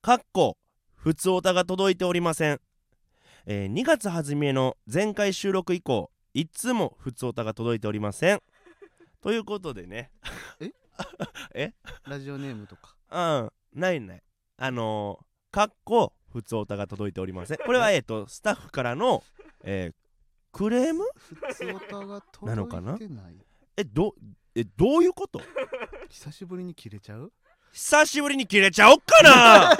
ふつおたが届いておりません。2月初めの前回収録以降いつもふつおたが届いておりませんということでねえラジオネームとかないふつおたが届いておりません。これはスタッフからの、クレームふつおたが届いてないなのかな。どういうこと。 久しぶりに切れちゃう。 久しぶりに切れちゃおっかな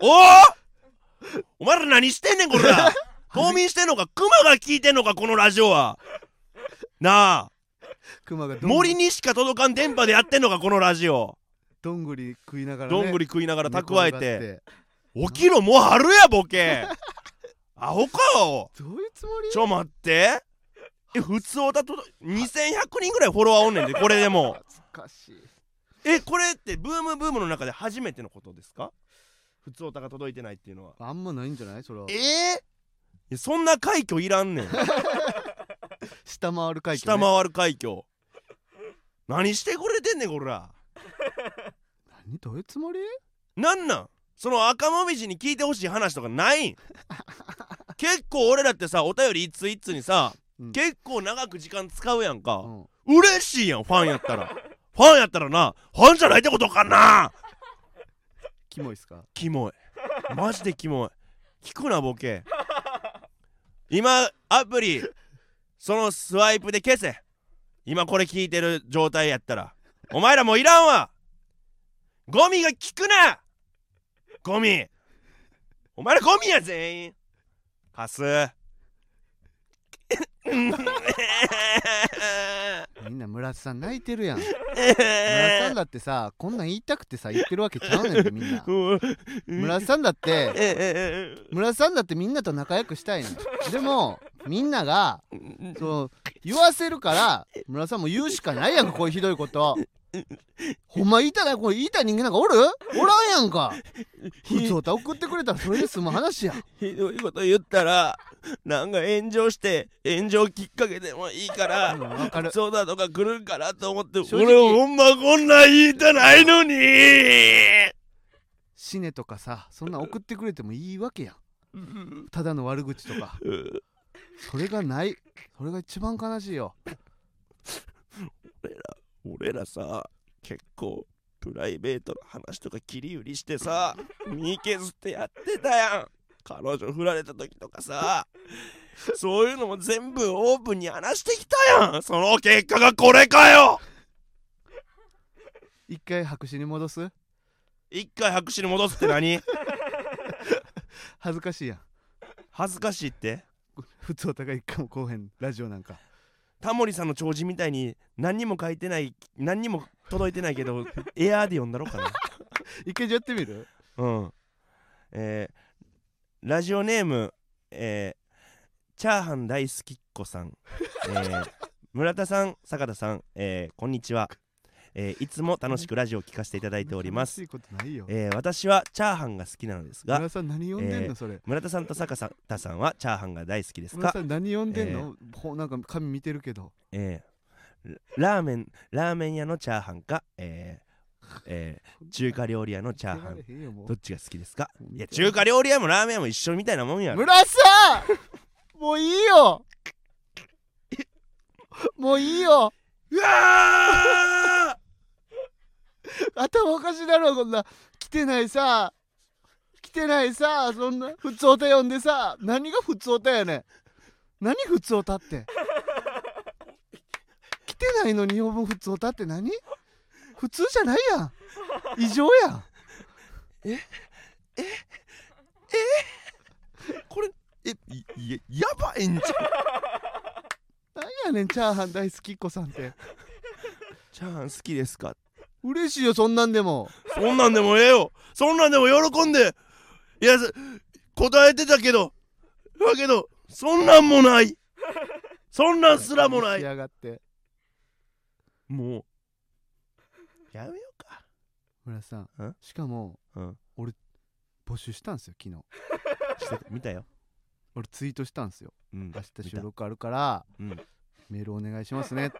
お前ら何してんねんこれら冬眠してんのかクマが聞いてんのかこのラジオはなあ。 クマが森にしか届かん電波でやってんのかこのラジオ。 どんぐり食いながらどんぐり食いながら蓄えて寝起きろもう春やボケアホかよ。 転がってどういうつもり。 ちょ待って普通おたと2100人ぐらいフォロワーおんねんでこれでも恥ずかしい。 これってブームの中で初めてのことですか。普通おたが届いてないっていうのはあんまないんじゃないそれは。 いやそんな快挙いらんねん下回る快挙、ね、 下回る快挙何してくれてんねんこら。 何どういうつもり。 なんその赤もみじに聞いてほしい話とかないん結構俺らってさお便り一通一通にさ、結構長く時間使うやんか、嬉しいやんファンやったらな。ファンじゃないってことかな。 キモいっすか。 キモいマジでキモい。聞くなボケ。今アプリそのスワイプで消せ。今これ聞いてる状態やったらお前らもういらんわ。ゴミが聞くな。ゴミお前らゴミや全員貸すみんな村瀬さん泣いてるやん村瀬さんだってさこんなん言いたくてさ言ってるわけちゃうねんでみんな村瀬さんだってみんなと仲良くしたいの。でもみんながそう言わせるから村瀬さんも言うしかないやんかこういうひどいこと。ほんま言いたいこれ言いたい人間なんかおらんやんか。普通歌送ってくれたらそれで済む話や。 ひどいこと言ったらなんか炎上して炎上きっかけでもいいから普通だとか来るからと思って俺ほんまこんなん言いたないのに。 死ねとかさそんなん送ってくれてもいいわけやん。ただの悪口とかそれがない。それが一番悲しいよ。 俺らさ結構プライベートの話とか切り売りしてさ身削ってやってたやん。彼女振られた時とかさそういうのも全部オープンに話してきたやん。その結果がこれかよ。 一回白紙に戻す。 一回白紙に戻すって何恥ずかしいやん。 恥ずかしいって普通お互い一回もこうへんラジオなんかタモリさんの弔辞みたいに何にも書いてない何にも届いてないけどエアーで読んだろうかな一回じゃやってみる。 ラジオネーム、チャーハン大好きっ子さん、村田さん坂田さん、こんにちは。いつも楽しくラジオを聞かせていただいております。私はチャーハンが好きなのですが、 村田さん何読んでんのそれ。 村田さんと坂田さんはチャーハンが大好きですか。 村田さん何読んでんの、なんか紙見てるけど、 ラーメン屋のチャーハンか、中華料理屋のチャーハンどっちが好きですか。いや中華料理屋もラーメン屋も一緒みたいなもんやろ。 村田さんもういいよもういいよ。 うわ頭おかしいだろこんな来てないさそんな普通おた読んでさ何が普通おたやねん。何普通おたって来てないのに呼ぶ普通おたって何。普通じゃないやん。異常やん。 これやばいんじゃん。 なんやねんチャーハン大好きっ子さんって。 チャーハン好きですか。 嬉しいよそんなんでも。 そんなんでもええよ。そんなんでも喜んでいや答えてたけどそんなんもない。そんなんすらもない。 仕上がってもうやめようか。 村さんしかも、俺募集したんすよ昨日して見たよ。 俺ツイートしたんすよ、明日収録あるから、メールお願いしますねって、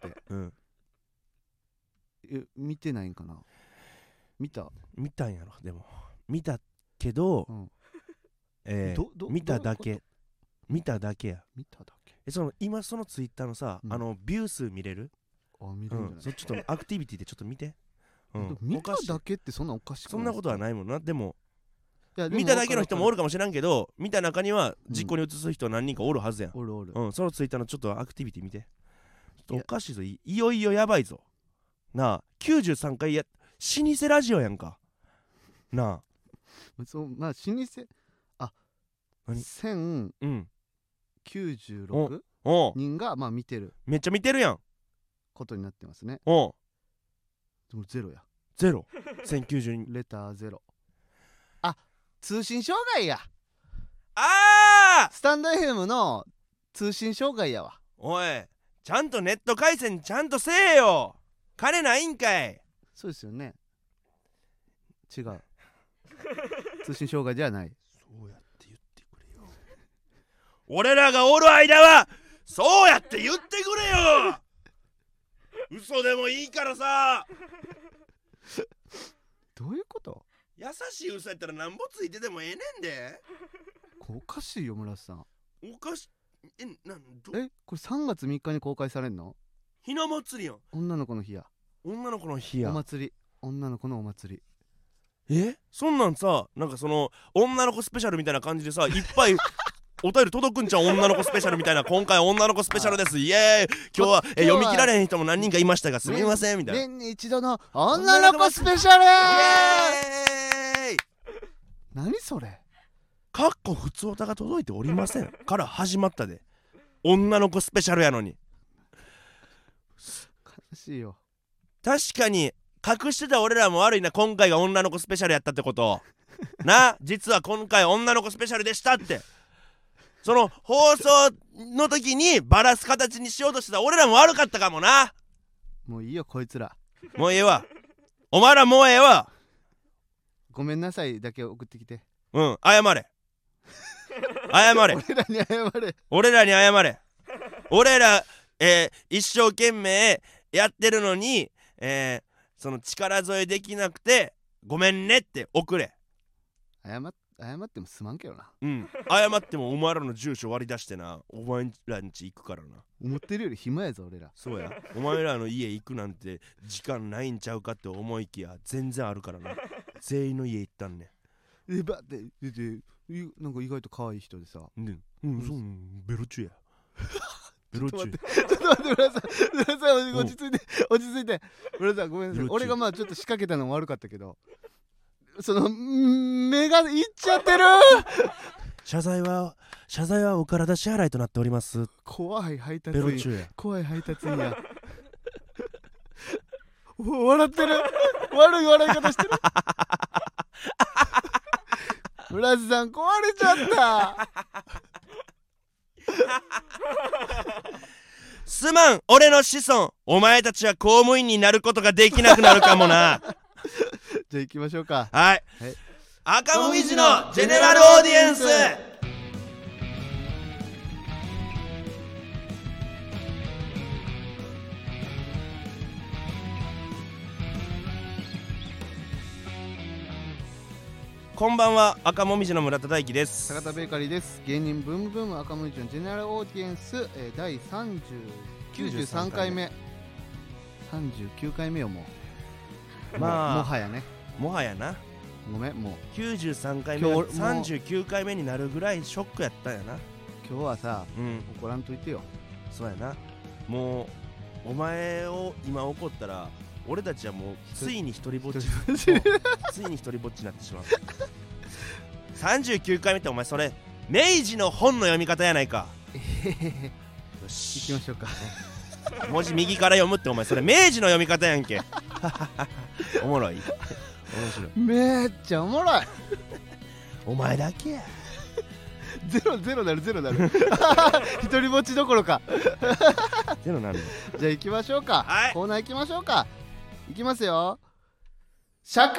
見てないんかな。見たんやろ。でも見たけど、 うん見ただけや。 見ただけ今そのツイッターのさ、ビュー数見れる？ 見れるんじゃない？ それちょっとアクティビティでちょっと見て。 見ただけってそんなおかしくない？ そんなことはないもんな。でもいや見ただけの人もおるかもしれんけど、見た中には実行に移す人何人かおるはずやん。 おるそのツイッターのちょっとアクティビティ見て。ちょっとおかしいぞ。いよいよやばいぞなあ。93回老舗ラジオやんかなあ。 そう、まあ老舗何 1096人がまあ見てるめっちゃ見てるやん。 ことになってますね。でもゼロや。 ゼロ。1092 レターゼロ。通信障害や。スタンド FM の通信障害やわ。 おい、ちゃんとネット回線ちゃんとせえよ。金ないんかい。 そうですよね。違う。通信障害じゃない。 そうやって言ってくれよ。俺らがおる間はそうやって言ってくれよ。嘘でもいいからさ。 どういうこと？ 優しい嘘やったらなんぼついててもええねんで。 おかしいよ村瀬さん。 おかしい。 これ3月3日に公開されんの？ ひな祭りやん。 女の子の日や。 女の子の日や。 お祭り。女の子のお祭り。 そんなんさ、なんかその女の子スペシャルみたいな感じでさ、いっぱいお便り届くんちゃう？女の子スペシャルみたいな。今回女の子スペシャルです、イエーイ。今日は読み切られへん人も何人かいましたがすみませんみたいな。 年に一度の女の子スペシャル。イエーイ。何それ？ かっこ普通歌が届いておりませんから始まったで。女の子スペシャルやのに。 悲しいよ。 確かに隠してた俺らも悪いな。今回が女の子スペシャルやったってことな。実は今回女の子スペシャルでしたって、その放送の時にバラす形にしようとしてた俺らも悪かったかもな。 もういいよこいつら。 もうええわ。お前らもうええわ。 ごめんなさいだけ送ってきて。 謝れ。謝れ。 俺らに謝れ。 俺らに謝れ。俺ら、一生懸命やってるのに、その力添えできなくてごめんねって送れ。 謝ってもすまんけどな。 謝ってもお前らの住所割り出してな、お前らんち行くからな。 思ってるより暇やぞ俺ら。 そうや。お前らの家行くなんて時間ないんちゃうかって思いきや全然あるからな。全員の家行ったんね。 バッてなんか意外と可愛い人でさ。 そうベロチュや。ベロチュ。 ちょっと待って村さん落ち着いて村さんごめんなさい。俺がまあちょっと仕掛けたのも悪かったけど、その目がいっちゃってる。 謝罪はお体支払いとなっております。 怖い配達員。 ベロチュや。 怖い配達員や。笑ってる。悪い笑い方してる。村瀬さん壊れちゃった。 すまん俺の子孫。お前たちは公務員になることができなくなるかもな。 じゃあ行きましょうか。 はい、赤もみじのジェネラルオーディエンス。こんばんは、赤もみじの村田大樹です。 坂田ベーカリーです。芸人ブームブーム赤もみじのジェネラルオーディエンス、第93回目39回目よ。もうまあもはやね。 もはやな。 ごめん、もう 93回目は39回目になるぐらいショックやったんやな。 今日はさ、怒らんといてよ。 そうやな。もうお前を今怒ったら俺たちはもうついに一人ぼっちついに一人ぼっちになってしまう。39回目ってお前それ明治の本の読み方やないか。よし行きましょうか。 文字右から読むってお前それ明治の読み方やんけ。おもろい。面白い。 めっちゃおもろい。 お前だけや。 ゼロなる一人ぼっちどころか。 ゼロなんだ。 じゃあ行きましょうか、 はい、 コーナー行きましょうか。行きますよ。尺。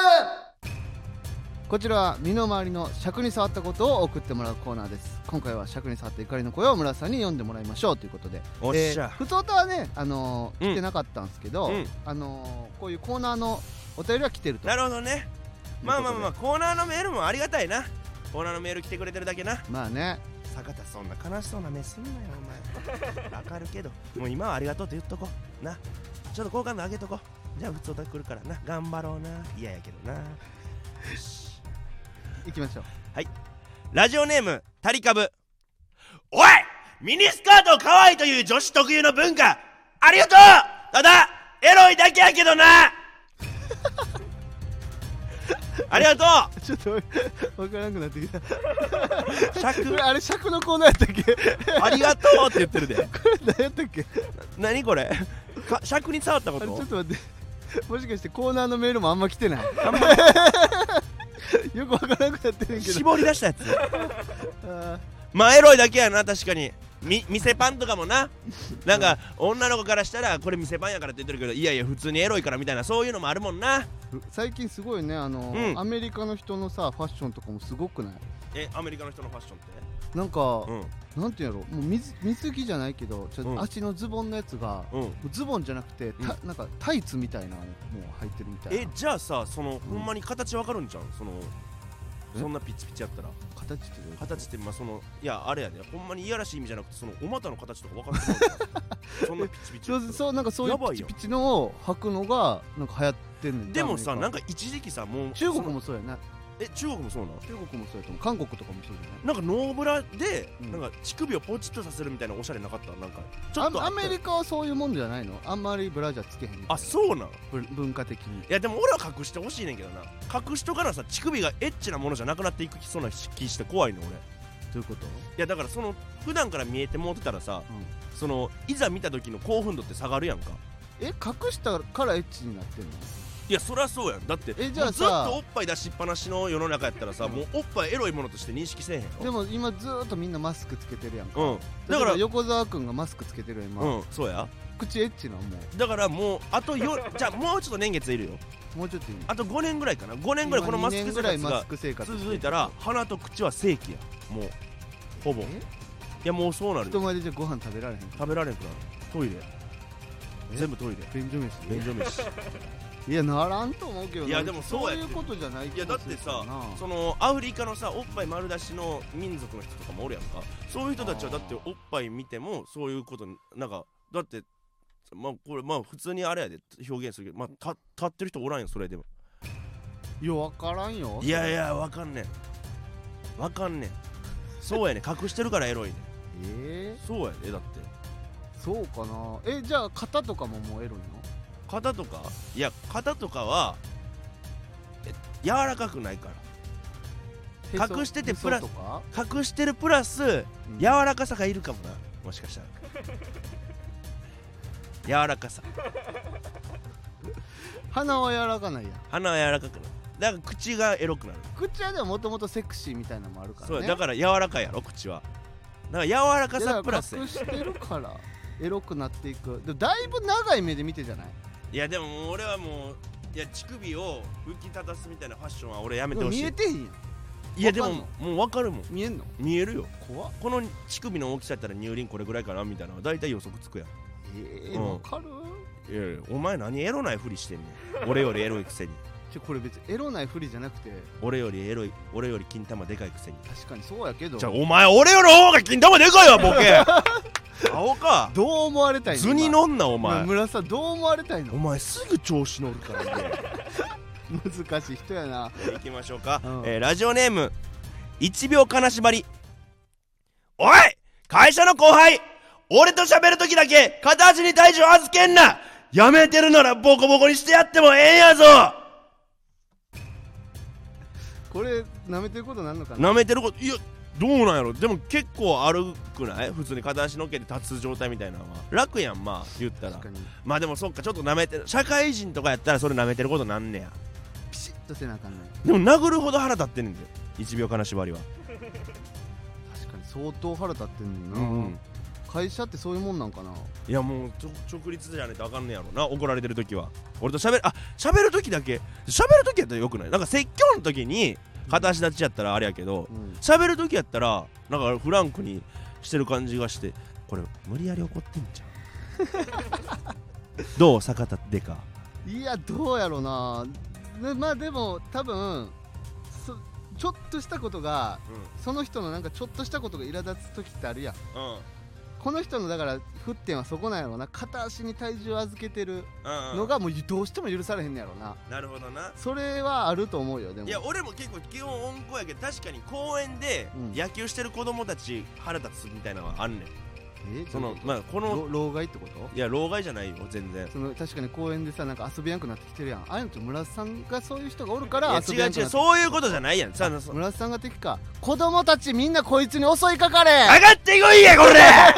こちらは身の回りの尺に触ったことを送ってもらうコーナーです。今回は尺に触った怒りの声を村さんに読んでもらいましょうということで、 おっしゃ、 普通歌はね、来てなかったんですけど、こういうコーナーのお便りは来てると。 なるほどね。 まあまあまあコーナーのメールもありがたいな。コーナーのメール来てくれてるだけな。 まあね、 坂田そんな悲しそうな目すんなよお前。わかるけどもう今はありがとうって言っとこな。ちょっと好感度上げとこ。じゃあ普通歌来るからな。頑張ろうな。嫌やけどな。よし行きましょう。 ラジオネームタリカブ。おい、ミニスカート可愛いという女子特有の文化ありがとう。ただエロいだけやけどな。ありがとう。 ちょっと分からなくなってきた。 尺あれ尺のコーナーやったっけ？ ありがとうって言ってるで。 これ何やったっけ？ 何これ尺に触ったこあれちょと？ っと待って、もしかしてコーナーのメールもあんま来てない？ あんまよく分からなくなってるんけど。 絞り出したやつ。 あまあエロいだけやな。確かに店パンとかもな。なんか女の子からしたらこれ店パンやからって言ってるけど、いやいや普通にエロいからみたいな、そういうのもあるもんな。 最近すごいね、 んアメリカの人のさファッションとかもすごくない？ アメリカの人のファッションってなんか、 うんなんていうんやろ、もう水着じゃないけど、ちょっと足のズボンのやつが、もうズボンじゃなくて、なんかタイツみたいなのもう履いてるみたいな。 じゃあさ、そのほんまに形わかるんじゃん。そんなピチピチやったら形ってどういうこと？ 形ってまあいやあれやで、ほんまにいやらしい意味じゃなくて、そのお股の形とか分かってないからそんなピチピチやったらそうなんかそういうピチピチのを履くのがなんか流行ってんねん。 でもさ、なんかか一時期さ、もう中国もそうやな。 中国もそうなの？ 中国もそうやと思う。韓国とかもそうじゃない？ なんかノーブラで、 うんなんか乳首をポチッとさせるみたいなおしゃれなかった？なんかちょっとアメリカはそういうもんじゃないの？あんまりブラジャーつけへんみたいな。 あ、そうなん？い文化的に。 やでも俺は隠してほしいねんけどな。隠しとかなさ、乳首がエッチなものじゃなくなっていくそうな気して怖いの俺。いどういうこと？ やだから普段から見えてもうてたらさ、いざ見た時の興奮度って下がるやんか。 隠したからエッチになってんの？ いやそりゃそうやん。だってじゃあもうずっさとおっぱい出しっぱなしの世の中やったらさ、もうおっぱいエロいものとして認識せえへんよ。 でも今ずーっとみんなマスクつけてるやんか。 だから横澤くんがマスクつけてるやん今。 そうや。 口エッチなもだからもうあとじゃあもうちょっと年月いるよ。 う。もうちょっといい？ あと5年ぐらいかな。5年ぐらいこのマスク 2年ぐらい生活がマスク生活続いたら、鼻と口は正規や。もうほぼ。いやもうそうなるよ。 人前でじゃあご飯食べられへん？ 食べられんくなる。トイレ全部トイレ。 便所飯？ 便所飯。 いやならんと思うけどな。 いやでもそうやっていうことじゃないいやだってさ、 なアフリカのさ、おっぱい丸出しの民族の人とかもおるやんか。そういう人たちはだっておっぱい見てもそういうことなんか、だってまあこれまあ普通にあれやで表現するけど、まあ立ってる人おらんよそれでも。 いや分からんよ。 いやいやわかんねん。わかんねん。そうやねん。隠してるからエロいねん。そうやで。だってそうかな。じゃあ肩とかももうエロいの？ 肩とか、いや肩とかは柔らかくないから。隠しててプラスへそとか？ 隠してるプラス柔らかさがいるかもな、もしかしたら。柔らかさ。 鼻は柔らかないやん。 鼻は柔らかくなる。だから口がエロくなる。 口はでももともとセクシーみたいなのもあるからね。 そうや、だから柔らかいやろ口は。だから柔らかさプラスや。 隠してるからエロくなっていく。でもだいぶ長い目で見てじゃない？ いやでももう俺はもう、いや乳首を浮き立たすみたいなファッションは俺やめてほしい。 見えてへんやん。 いやでももう分かるもん。 見えんの？ 見えるよ。 怖っ。 この乳首の大きさやったら乳輪これぐらいかなみたいなのだいたい予測つくやん。 わかる？ いやいやお前何エロないふりしてんねん。俺よりエロいくせに。 これ別にエロないふりじゃなくて、 俺よりエロい、俺より金玉でかいくせに。 確かにそうやけど、 じゃあお前俺より方が金玉でかいわボケ。青か。 どう思われたいの？ 図に乗んなお前。 村さんどう思われたいの？ お前すぐ調子乗るからね。 難しい人やな。 行きましょうか。 うんラジオネーム1秒金縛り。おい会社の後輩、俺と喋るときだけ片足に体重預けんな。やめてるならボコボコにしてやってもええんやぞ。 これ舐めてることなんのかな？ 舐めてること、いやどうなんやろ。でも結構あるくない？普通に片足のっけて立つ状態みたいなのは楽やん。まあ言ったら確かにまあでもそっか、ちょっと舐めてる。社会人とかやったらそれ舐めてることなんねや。 ピシッとせなあかんねん。 でも殴るほど腹立ってんねんで1秒金縛りは。 確かに相当腹立ってんねんな、 うん会社ってそういうもんなんかな。 いやもう直立じゃねえとあかんねやろな。怒られてる時は俺と喋る時だけ。喋る時やったらよくない？なんか説教の時に片足立ちやったらあれやけど、喋る時やったらなんかフランクにしてる感じがして、これ無理やり怒ってんじゃん。どう坂田でか？ いやどうやろな。 まあでも多分ちょっとしたことが、その人のなんかちょっとしたことが苛立つ時ってあるやん、この人のだから沸点はそこなんやろな。片足に体重預けてるのがもうどうしても許されへんねやろな。 なるほどな。 それはあると思うよ。でもいや俺も結構基本温厚やけど、確かに公園で野球してる子供たち腹立つみたいなのはあんねん。そのまあこの老害ってこと？ いや老害じゃないよ全然。 その確かに公園でさなんか遊びやんくなってきてるやん。ああいうのって村瀬さんがそういう人がおるから遊びやんくなってきてる。 違うそういうことじゃないやん。 村瀬さんが敵か。子供たちみんなこいつに襲いかかれ。 上がってこいやこれ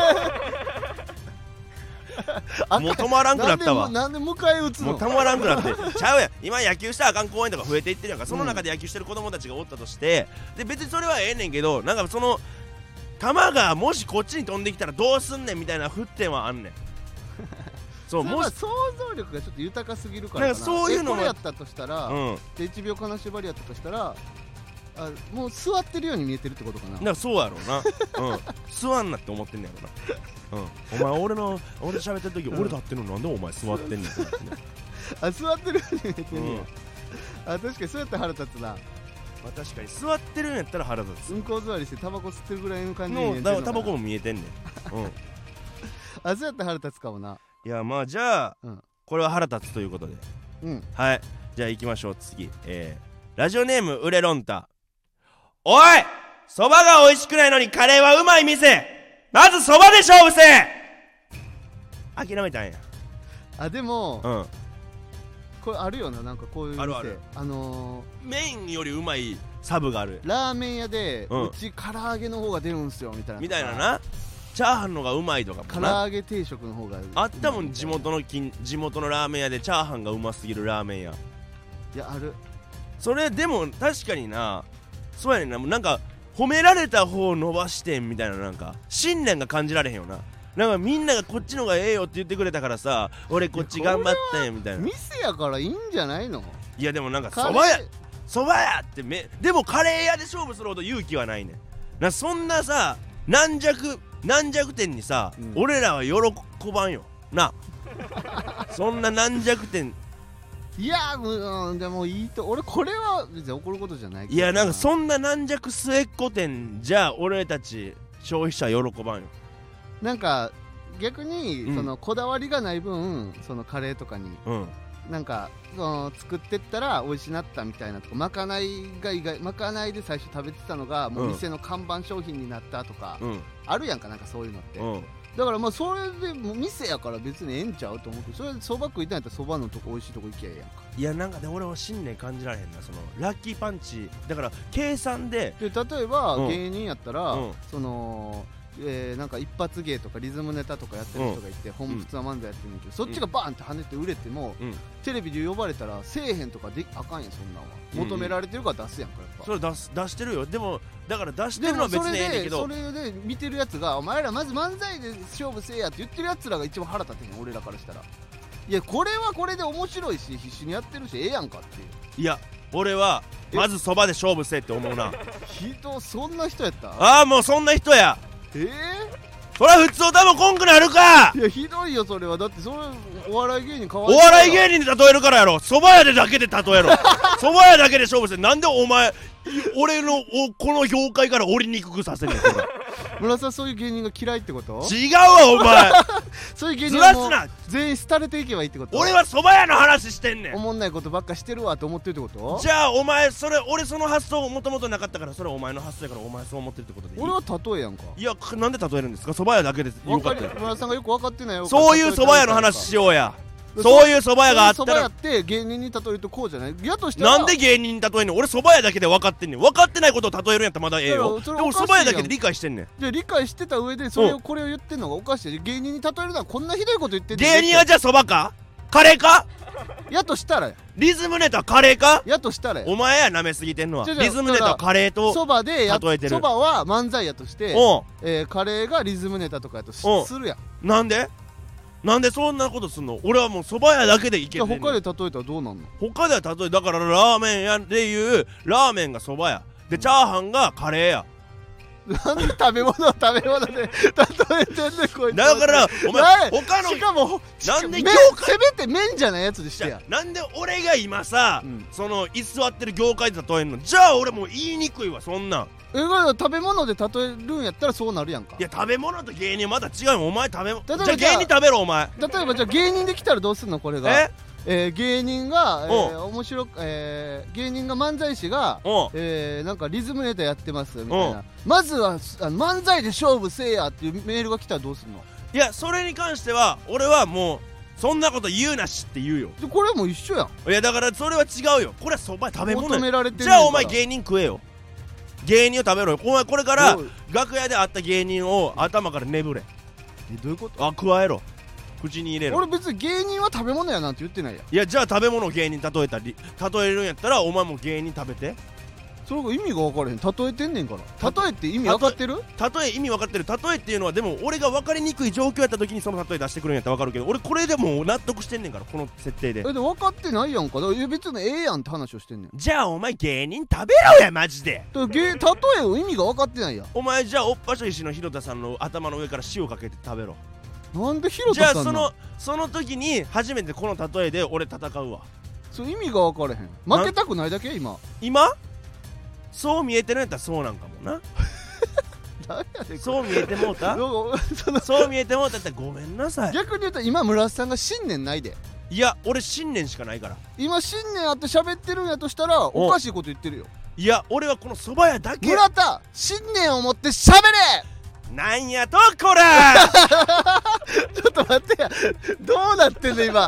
もう止まらんくなったわ。 なんで迎え撃つの？ もう止まらんくなってちゃうやん。今野球したらあかん公園とか増えていってるやんか。その中で野球してる子供たちがおったとして、で別にそれはええねんけど、なんかその球がもしこっちに飛んできたらどうすんねんみたいな沸点はあんねんそうもし想像力がちょっと豊かすぎるからかな。 なんかそういうのもこれやったとしたら、で1秒金縛りやったとしたら、もう座ってるように見えてるってことかな。 だからそうやろうな座んなって思ってんねやろな。お前俺喋ってる時、俺立ってるのなんでお前座ってんねんってね座ってるように見えてんねや。確かにそうやったら腹立つな。 確かに座ってるんやったら腹立つ。 うんこ座りしてタバコ吸ってるぐらいの感じに見えてるのかな。 タバコも見えてんねんそうやったら腹立つかもな。 いやまあじゃあ、これは腹立つということで、はい、じゃあ行きましょう。次、ラジオネームウレロンタ。おい、蕎麦が美味しくないのにカレーはうまい店、まず蕎麦で勝負せ。諦めたんや。 でも、これあるよな。なんかこういう店あるメインよりうまいサブがある。 ラーメン屋で、うち唐揚げの方が出るんすよみたいなな。チャーハンのがうまいとかもな。 唐揚げ定食の方があったもん。地元のラーメン屋でチャーハンがうますぎるラーメン屋。 いやある。 それでも確かにな。そうやねんな。なんか褒められた方伸ばしてんみたいな、なんか信念が感じられへんよな。なんかみんながこっちのがええよって言ってくれたからさ、俺こっち頑張ったんみたいな。 店やからいいんじゃないの？ いやでもなんか蕎麦屋ってでもカレー屋で勝負するほど勇気はないねん。そんなさ軟弱点にさ、俺らは喜ばんよなそんな軟弱点。 いやでもいいと。俺これは別に怒ることじゃないけど。 いやなんかそんな軟弱末っ子店じゃ俺たち消費者喜ばんよ。なんか逆に、そのこだわりがない分、そのカレーとかに、なんか作ってったら美味しなったみたいなとか、まかないで最初食べてたのがもう店の看板商品になったとか、あるやんか。なんかそういうのって、だからまあそれでもう店やから別にええんちゃうと思うけど、それでそば食いたいんやったらそばのとこ美味しいとこ行きゃええやんか。 いやなんかね、俺は信念感じられへんな。そのラッキーパンチだから計算で例えば、芸人やったら、そのなんか一発芸とかリズムネタとかやってる人がいて、普通は漫才やってるんだけど、そっちがバーンって跳ねて売れても、テレビで呼ばれたらせえへんとかであかんやん。そんなんは求められてるから出すやんか。やっぱそれ出してるよ。でもだから出してるのは別にええねんけど、 それで見てるやつがお前らまず漫才で勝負せえやって言ってるやつらが一番腹立てへん。俺らからしたら、いやこれはこれで面白いし必死にやってるしええやんかっていう。 いや俺はまずそばで勝負せえって思うなそんな人やった？ ああもうそんな人や。そりゃ普通歌もこんくなるか。 いやひどいよそれは。だってそれお笑い芸人かわい。お笑い芸人で例えるからやろ。蕎麦屋でだけで例えろ蕎麦屋だけで勝負して、なんでお前俺のこの業界から降りにくくさせんねん。 村さんそういう芸人が嫌いってこと？ 違うわお前そういう芸人はもう全員廃れていけばいいってこと？ 俺は蕎麦屋の話してんねん。 おもんないことばっかしてるわと思ってるってこと？ じゃあお前俺その発想もともとなかったから、それはお前の発想やからお前そう思ってるってことでいい？ 俺は例えやんか。 いやなんで例えるんですか？蕎麦屋だけでよかったよ。 村さんがよく分かってないよ。 そういう蕎麦屋の話しようや。そういう蕎麦屋があったら、 蕎麦屋って芸人に例えるとこうじゃない？やとしたらなんで芸人に例えんねん。俺蕎麦屋だけで分かってんねん。分かってないことを例えるんやったらまだええよ。でも蕎麦屋だけで理解してんねん。 じゃあ理解してた上でこれを言ってんのがおかしい。芸人に例えるのはこんなひどいこと言ってんねん。 芸人はじゃあ蕎麦かカレーかやとしたらリズムネタカレーかやとしたらお前や舐めすぎてんのは。リズムネタカレーとそばで例えてる。そばは漫才やとして、カレーがリズムネタとかやとするやん。 なんでそんなことすんの？俺はもう蕎麦屋だけでいけてんねん。 他で例えたらどうなんの？ 他では例えだからラーメン屋でいうラーメンが蕎麦屋で、チャーハンがカレー屋。 なんで食べ物で例えてんねんこいつ。 だからお前他のしかもなんでせめて麺じゃないやつでしてや。 なんで俺が今さ、その居座ってる業界で例えんの。じゃあ俺もう言いにくいわそんなん。 食べ物で例えるんやったらそうなるやんか。 いや食べ物と芸人また違うよ。お前食べ物じゃあじゃあ芸人食べろお前。 例えばじゃあ芸人できたらどうすんのこれが。芸人が面白く芸人が漫才師がなんかリズムネタやってますみたいな。まずは漫才で勝負せえやっていうメールが来たらどうすんの。 いやそれに関しては俺はもうそんなこと言うなしって言うよ。 でこれも一緒やん。 いやだからそれは違うよ。これはそば食べ物求められてる。 じゃあお前芸人食えよ。芸人を食べろよ。お前これから楽屋で会った芸人を頭から眠れ。 どういうこと。 加えろ。口に入れろ。 俺別に芸人は食べ物やなんて言ってないやん。 いやじゃあ食べ物を芸人例えるんやったらお前も芸人食べて。 それが意味が分からへん。例えてんねんから。例えって意味分かってる。 例え意味分かってる。例えっていうのはでも俺が分かりにくい状況やった時にその例え出してくるんやったら分かるけど、俺これでもう納得してんねんからこの設定で。 で分かってないやんか。だから別にええやんって話をしてんねん。 じゃあお前芸人食べろやマジで。 例えを意味が分かってないやん。 お前じゃあおっぱしょ石の広田さんの頭の上から塩かけて食べろ。 なんで広田さんじゃあその時に初めてこの例えで俺戦うわ。 そう意味が分からへん。負けたくないだけ今そう見えてるんやったらそうなんかもな。そう見えてもうたそう見えてもうたってごめんなさい。 逆に言うと今村瀬さんが信念ないで。 いや俺信念しかないから。 今信念あって喋ってるんやとしたらおかしいこと言ってるよ。 いや俺はこの蕎麦屋だけ。 村田信念を持って喋れ。 なんやとこらちょっと待ってや。どうなってんの今。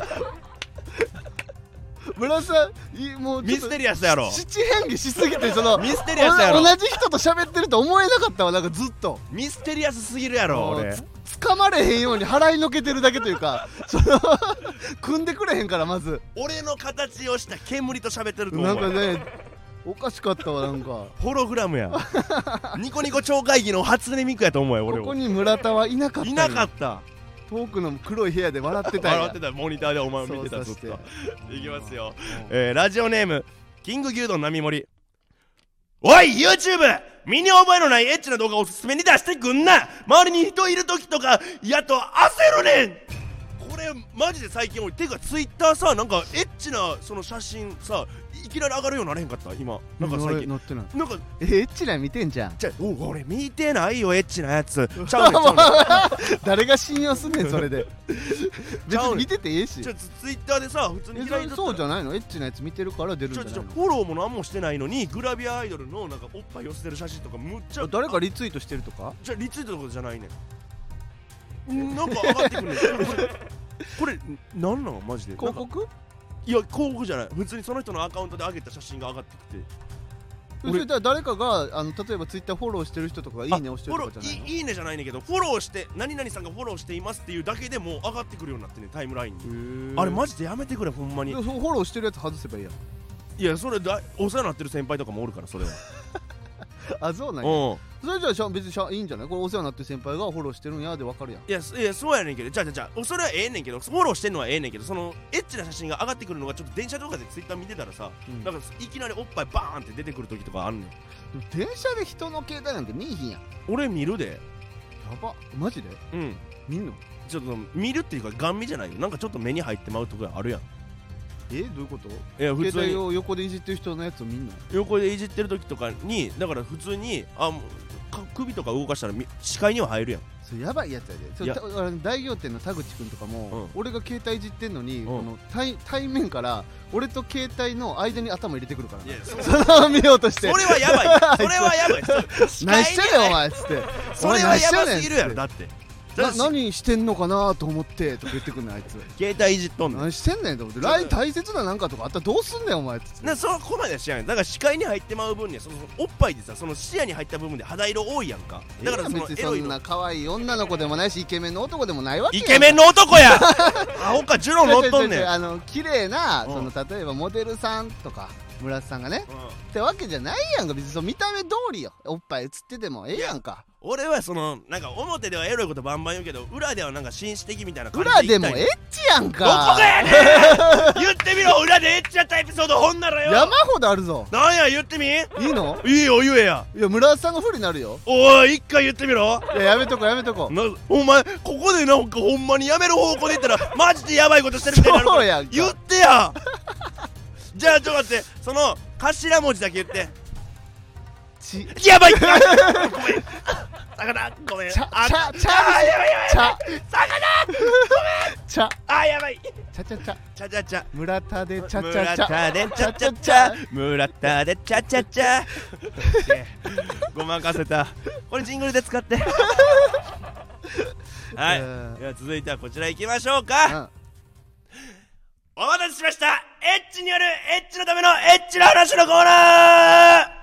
村さんもうミステリアスやろ。 七変化しすぎてミステリアスやろ。 同じ人と喋ってると思えなかったわ。なんかずっとミステリアスすぎるやろ俺。 掴まれへんように払いのけてるだけというか組んでくれへんから。まず俺の形をした煙と喋ってると思う。 なんかねおかしかったわ。なんかホログラムやニコニコ超会議の初音ミクやと思うよ俺は。 ここに村田はいなかった。 いなかった。 遠くの黒い部屋で笑ってたんや。 笑ってた。モニターでお前を見てたずっと。いきますよ。ラジオネームキング牛丼並盛り。おい YouTube 身に覚えのないエッチな動画をおすすめに出してくんな。周りに人いる時とかやっと焦るねん。これマジで最近多い。てか Twitter さなんかエッチなその写真さいきなり上がるようになれへんかった今。なんか最近載ってない。 なんかエッチな見てんじゃん。 じゃ俺見てないよエッチなやつ。ちゃうねん誰が信用すんねんそれで。別に見ててええし。 Twitter でさ普通に開いてそうじゃないの。エッチなやつ見てるから出るんじゃないの。 フォローも何もしてないのにグラビアアイドルのなんかおっぱい寄せてる写真とかむっちゃ。 誰かリツイートしてるとか。 じゃリツイートとかじゃないねん。なんか上がってくるねんこれなんなのマジで。 広告。 いや広告じゃない。普通にその人のアカウントで上げた写真が上がってきて。 それで誰かが例えばツイッターフォローしてる人とかがいいね押してるとかじゃないの。 いいねじゃないねんけどフォローして何々さんがフォローしていますっていうだけでもう上がってくるようになってねタイムラインに。あれマジでやめてくれほんまに。 フォローしてるやつ外せばいいやん。 いやそれお世話になってる先輩とかもおるからそれはあそうなんや。それじゃあ別にいいんじゃない。これお世話になってる先輩がフォローしてるんやで分かるやん。 いやそうやねんけどじゃあそれはええねんけどフォローしてんのはええねんけどそのエッチな写真が上がってくるのがちょっと電車とかでツイッター見てたらさ、なんかいきなりおっぱいバーンって出てくる時とかあんねん。 電車で人の携帯なんて見えひんやん。 俺見るで。 やばマジで。見んの。 ちょっと見るっていうかガン見じゃないよ。なんかちょっと目に入ってまうとこあるやん。 どういうこと。 いや普通に携帯を横でいじってる人のやつを見んの。 横でいじってる時とかにだから普通に首とか動かしたら視界には入るやん。 それやばいやつやで。大仰天の田口くんとかも、俺が携帯いじってんのに、この対面から俺と携帯の間に頭入れてくるから。それを見ようとして。 それはやばい。それはやばい。 何してんねんお前っつって。 それはやばすぎるやろだって。 何してんのかなと思ってとか言ってくんねんあいつ。 携帯いじっとんの。 何してんねんと思って。LINE 大切ななんかとかあったらどうすんねんお前っつって。 そこまでしやん。だから視界に入ってまう分にはそのおっぱいでさその視野に入った部分で肌色多いやんか。だからその別にそんな可愛い女の子でもないしイケメンの男でもないわけやん。 イケメンの男やアホかジュノン乗っとんねん。 綺麗な例えばモデルさんとか村瀬さんがねってわけじゃないやんか。別に見た目通りよ。おっぱい映っててもええやんか。 俺はそのなんか表ではエロいことバンバン言うけど裏ではなんか紳士的みたいな感じ裏ででもエッチやんか。 どこがやねん言ってみろ裏でエッチやったエピソードほんならよ。 山ほどあるぞ。 なんや言ってみ。 いいの？ いいよ言えや。 いや村田さんが不利になるよ。 おい一回言ってみろ。 いややめとこやめとこ。 お前ここでなんかほんまにやめる方向で言ったらマジでやばいことしてるみたいになるからそうやんか。 言ってやじゃあちょっと待ってその頭文字だけ言ってやばいごめん魚ごめんちゃやばいちゃやばい魚ちゃごめんちゃやばいちゃちゃちゃちゃちゃちゃ村田でちゃちゃ村ちゃ田でちゃちゃちゃ村田でちゃちゃちゃごまかせた。これジングルで使ってはい。では続いてはこちら行きましょうか。お待たせしました。エッチによるエッチのためのエッチな話のコーナー。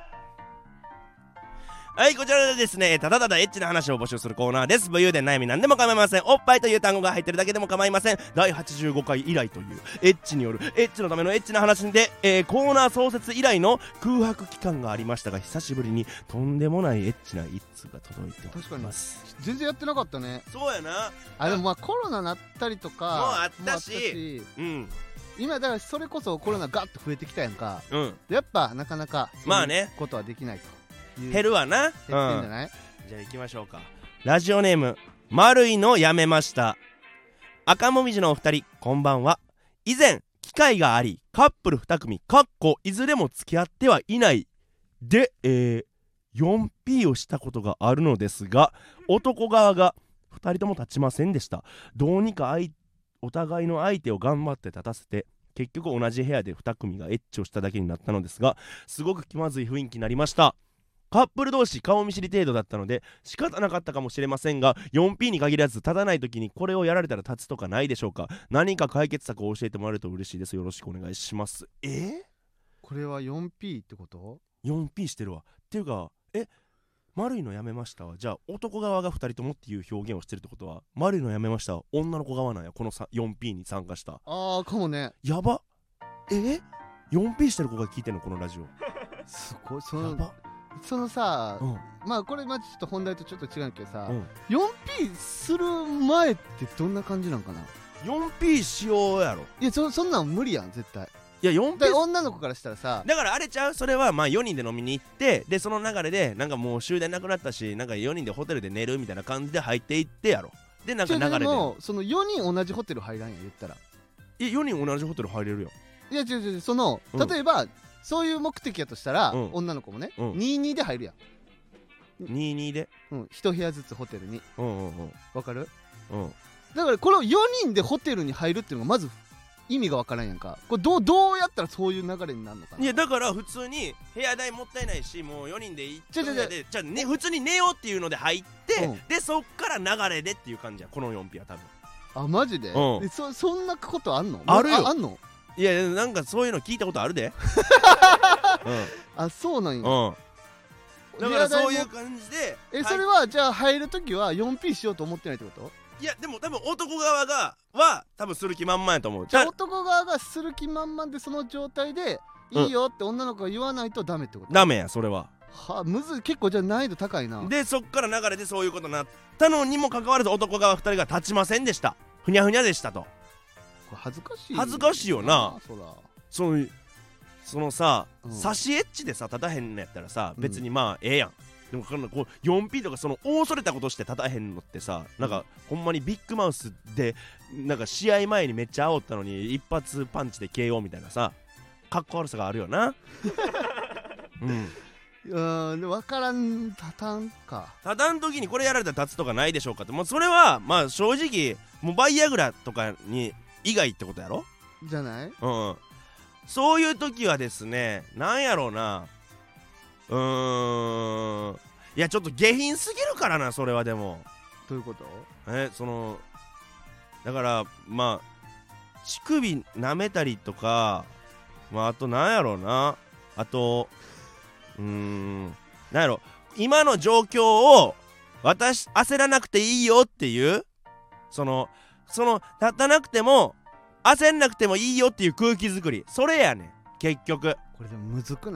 はい、こちらでですね、ただただエッチな話を募集するコーナーです。武勇伝悩みなんでも構いません。おっぱいという単語が入ってるだけでも構いません。第85回以来というエッチによるエッチのためのエッチな話で、コーナー創設以来の空白期間がありましたが、久しぶりにとんでもないエッチな一通が届いております。 確かに全然やってなかったね。 そうやな。 でもまあコロナなったりとかもうあったし、 今だからそれこそコロナガッと増えてきたやんか。やっぱなかなかまあねことはできないと。 減るわな。 減ってんじゃない？ じゃあ行きましょうか。ラジオネーム丸いのやめました。赤もみじのお二人こんばんは。以前機会がありカップル2組いずれも付き合ってはいないで、4P をしたことがあるのですが男側が2人とも立ちませんでした。どうにかお互いの相手を頑張って立たせて結局同じ部屋で2組がエッチをしただけになったのですがすごく気まずい雰囲気になりました。カップル同士顔見知り程度だったので仕方なかったかもしれませんが 4P に限らず立たない時にこれをやられたら立つとかないでしょうか。何か解決策を教えてもらえると嬉しいです。よろしくお願いします。 これは 4P ってこと？ 4P してるわ。っていうか丸いのやめましたわ。じゃあ男側が2人ともっていう表現をしてるってことは丸いのやめました女の子側なんやこの 4P に参加した。 かもね。 やば。4P してる子が聞いてんのこのラジオ。 すごい。 やば。 そのさ、まあこれちょっと本題とちょっと違うけどさ、4P する前ってどんな感じなんかな。 4P しようやろ。 いやそんなん無理やん絶対。 いや 4P 女の子からしたらさだからあれちゃう。それはまあ4人で飲みに行ってでその流れでなんかもう終電なくなったしなんか4人でホテルで寝るみたいな感じで入っていってやろ。でなんか流れででもその4人同じホテル入らんやん言ったら。 4人同じホテル入れるよ。 いや違うその例えばそういう目的やとしたら女の子もね22で入るやん。 22で 1部屋ずつホテルに。わかる？だからこの4人でホテルに入るっていうのがまず意味がわからんやんか。これどうやったらそういう流れになるのかな。 いやだから普通に部屋代もったいないしもう4人で行って普通に寝ようっていうので入ってでそっから流れでっていう感じやこの 4P は多分。 マジで？そんなことあんの？ あるよ。 あんの？ いやなんかそういうの聞いたことあるで。 そうなんや。 だからそういう感じでそれはじゃあ入るときは 4P しようと思ってないってこと？ いやでも多分男側がは多分する気満々やと思う。 じゃあ男側がする気満々でその状態でいいよって女の子が言わないとダメってこと？ ダメやそれは。 結構じゃあ難易度高いな。 でそっから流れでそういうことになったのにもかかわらず男側2人が立ちませんでした。ふにゃふにゃでしたと。 これ恥ずかしい。 恥ずかしいよな。そのさ差しエッチでさ立たへんのやったらさ別にまあええやん。でもこう 4P とかその大それたことして立たへんのってさなんかほんまにビッグマウスでなんか試合前にめっちゃ煽ったのに一発パンチで KO みたいなさかっこ悪さがあるよな。 分からん。立たん時にこれやられたら立つとかないでしょうかって。もうそれはまあ正直もうバイアグラとかに以外ってことやろじゃない？ そういう時はですねなんやろうな。いやちょっと下品すぎるからなそれは。でもどういうこと？ だからまあ乳首舐めたりとかあとなんやろうな。あとなんやろ今の状況を焦らなくていいよっていうその立たなくても焦んなくてもいいよっていう空気作りそれやねん結局。 これでもむずくない？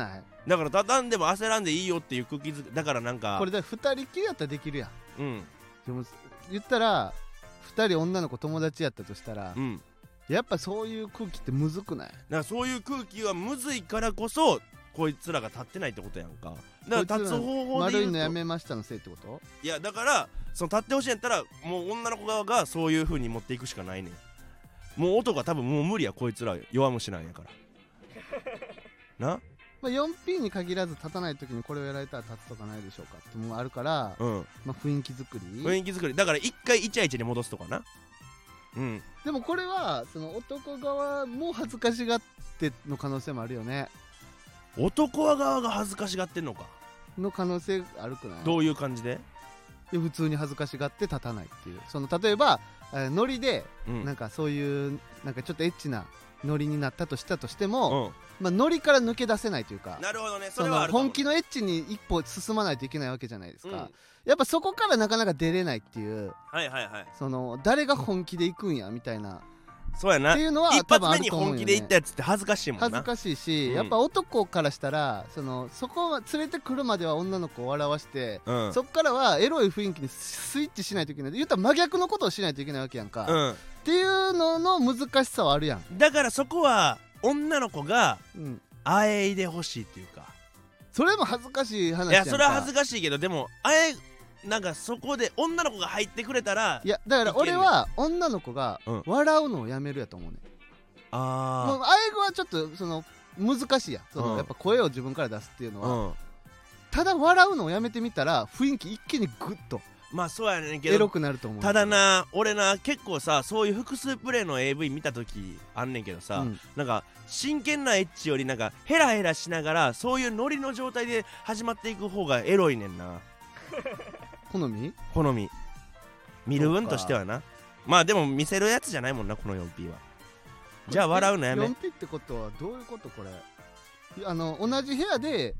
だから畳んでも焦らんでいいよっていう空気づだからなんかこれだ2人きりやったらできるやん。 うんでも言ったら2人女の子友達やったとしたら、 うん、 やっぱそういう空気ってむずくない？ だからそういう空気はむずいからこそこいつらが立ってないってことやんか。だから立つ方法で丸いのやめましたのせいってこと？ いやだからその立ってほしいんやったらもう女の子側がそういう風に持っていくしかないねん。もう男は多分もう無理や、こいつら弱虫なんやからな。 まあ、4P に限らず立たない時にこれをやられたら立つとかないでしょうかってもあるから、 うん、 まあ、雰囲気作りだから一回イチャイチャに戻すとかな。うん、 でもこれはその男側も恥ずかしがっての可能性もあるよね。 男側が恥ずかしがってんのかの可能性あるくない？ どういう感じで？ いや普通に恥ずかしがって立たないっていう、その例えばノリで、うん、なんかそういうなんかちょっとエッチなノリになったとしても、うん、まあ、ノリから抜け出せないというか。 なるほどね、それはあるかもね。 本気のエッチに一歩進まないといけないわけじゃないですか、うん、やっぱそこからなかなか出れないっていう、 はいはいはい、 その誰が本気で行くんやみたいな、 そうやなっていうのは一発目に本気で行ったやつって恥ずかしいもんな。 恥ずかしいし、 うん、 やっぱ男からしたらそこを連れてくるまでは女の子を笑わして、うん、そっからはエロい雰囲気にスイッチしないといけない。言ったら真逆のことをしないといけないわけやんか、うん、っていうのの難しさはあるやん。 だからそこは女の子があえいでほしいっていうか、 それも恥ずかしい話やんか。 いやそれは恥ずかしいけど、でもなんかそこで女の子が入ってくれたら。 いやだから俺は女の子が笑うのをやめるやと思うね、うん、もうあえぐはちょっと難しいやん、やっぱ声を自分から出すっていうのは、うん、ただ笑うのをやめてみたら雰囲気一気にグッとまあそうやねんけどエロくなると思う。 ただな俺な結構さそういう複数プレイの AV 見た時あんねんけどさ、うん、なんか真剣なエッチよりなんかヘラヘラしながらそういうノリの状態で始まっていく方がエロいねんな。 好み見る分としてはな。まあでも見せるやつじゃないもんなこの 4P は。じゃあ笑うのやめ。 4P ってことはどういうことこれ？同じ部屋で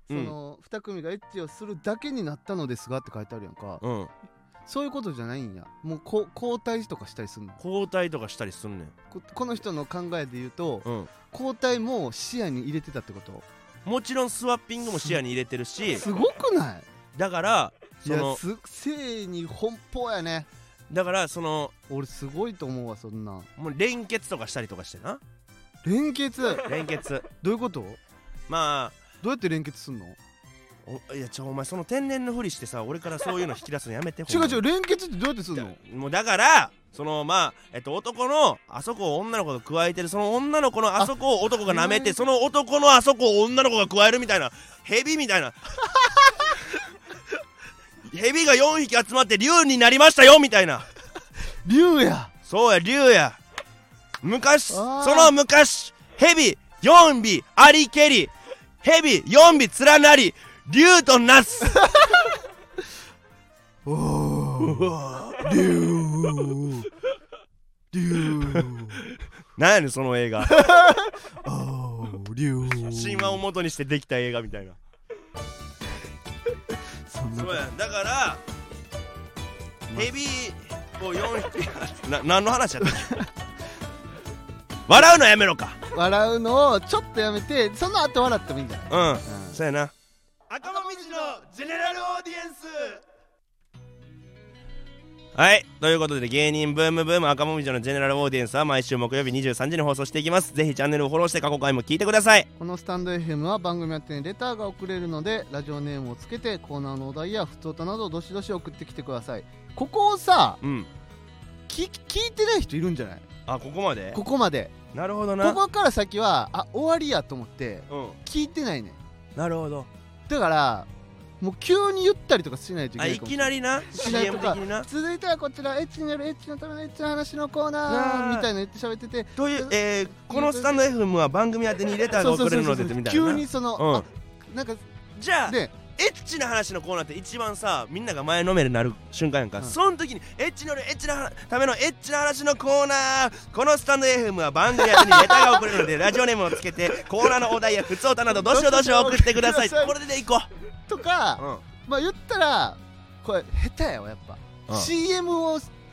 2組がエッチをするだけになったのですがって書いてあるやんか、うん、そういうことじゃないんや。もう交代とかしたりすんの？交代とかしたりすんねん。この人の考えで言うと、うん、交代も視野に入れてたってこと？もちろんスワッピングも視野に入れてるし。すごくない？だから性に奔放やね。だから俺すごいと思うわ。そんなもう連結とかしたりとかしてな。連結どういうこと？まあどうやって連結すんの？いやお前その天然のふりしてさ俺からそういうの引き出すのやめて。違う連結ってどうやってすんの？もうだからまあ男のあそこを女の子が加えてる、その女の子のあそこを男が舐めて、その男のあそこを女の子が加えるみたいな、ヘビみたいなヘビが4匹集まって竜になりましたよみたいな。竜や。そうや竜や。昔ヘビ4尾ありけりヘビ4尾連なり竜となすおー竜なんやねんその映画神話を元にしてできた映画みたいな。そうやだからヘビを4匹何の話やったっけ笑うのやめろか。笑うのをちょっとやめてその後笑ってもいいんじゃない？うん、そうやな。赤もみじのジェネラルオーディエンス。はい、ということで芸人ブームブーム赤もみじのジェネラルオーディエンスは毎週木曜日23時に放送していきます。ぜひチャンネルをフォローして過去回も聞いてください。このスタンド FM は番組宛てにレターが送れるのでラジオネームをつけてコーナーのお題やふつおたなどどしどし送ってきてください。ここをさ、うん、聞いてない人いるんじゃない？あ、ここまでなるほどな。ここから先は終わりやと思って、うん、聞いてないね。なるほど。だからもう急に言ったりとかしないといけない。いきなりな CM 的にな。続いてはこちらエッチになるエッチのためのエッチな話のコーナーみたいな言って喋っててという、このスタンド FM は番組宛てにレターが送れるのでみたいな。急になんかじゃあエッチな話のコーナーって一番さみんなが前のめりになる瞬間やんか、うん、その時にエッチのためのエッチな話のコーナー、このスタンド FM は番組宛てにレターが送れるのでラジオネームをつけてコーナーのお題やふつおたなどどしどし送ってください。これでいこうとか、うん、まあ言ったらこれ下手やわやっぱ、うん、CM を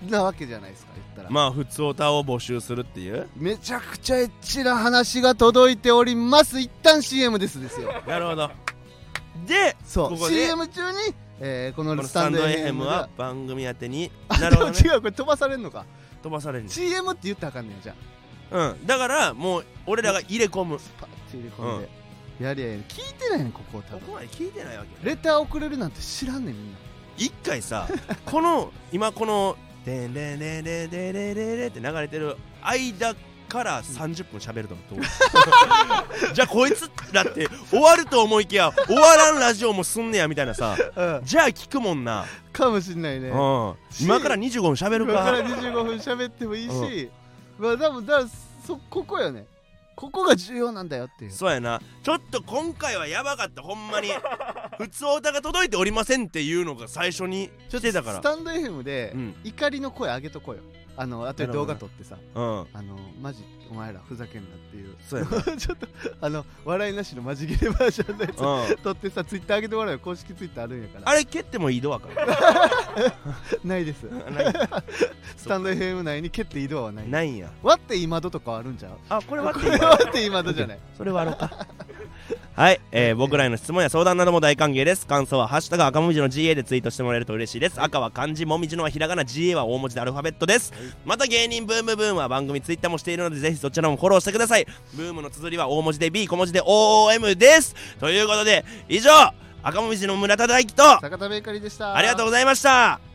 なわけじゃないですか、言ったら。 まあ普通オタを募集するっていう。 めちゃくちゃエッチな話が届いております。一旦 CM ですよ。 なるほど。でそうここで CM 中に、このスタンド FM は番組宛てになるほど、ね、 違う、これ飛ばされんのか。 飛ばされる。 CM って言ったらあかんねん。じゃだからもう俺らが入れ込む。 パッて入れ込んで、やりゃいいの。聞いてないねん、ここ多分。 ここまで聞いてないわけ。 レター送れるなんて知らんねん、みんな。 一回さこの今このデンデンデンデンデンデンデンって流れてる間から30分喋ると思うじゃあこいつらって終わると思いきや終わらんラジオもすんねやみたいなさ、じゃあ聞くもんな。 かもしんないね。 今から25分喋るか。 今から25分喋ってもいいし、まあ多分ここよね。ここが重要なんだよっていう。 そうやな。ちょっと今回はやばかった、ほんまに普通オタが届いておりませんっていうのが最初に来てたから。 スタンド FM で怒りの声上げとこうよ。あとで動画撮ってさ、マジお前らふざけんなっていう。 そうやなちょっと笑いなしのマジギレバージョンのやつ撮ってさ、ツイッター上げてもらうよ。公式ツイッターあるんやから。 あれ蹴ってもいいドアからないですスタンド FM 内に蹴っていいドアはない。 ないんや。 割っていい窓とかあるんちゃう。 あ、これ割っていい窓じゃない。 それはあろうかはい、僕らへの質問や相談なども大歓迎です。感想はハッシュタグ赤もみじの GA でツイートしてもらえると嬉しいです。赤は漢字、もみじのはひらがな、 GA は大文字でアルファベットです。また芸人ブームブームは番組ツイッターもしているのでぜひそちらもフォローしてください。ブームの綴りは大文字で B 小文字で OOM です。ということで以上赤もみじの村田大樹と坂田ベーカリーでした。 ありがとうございました。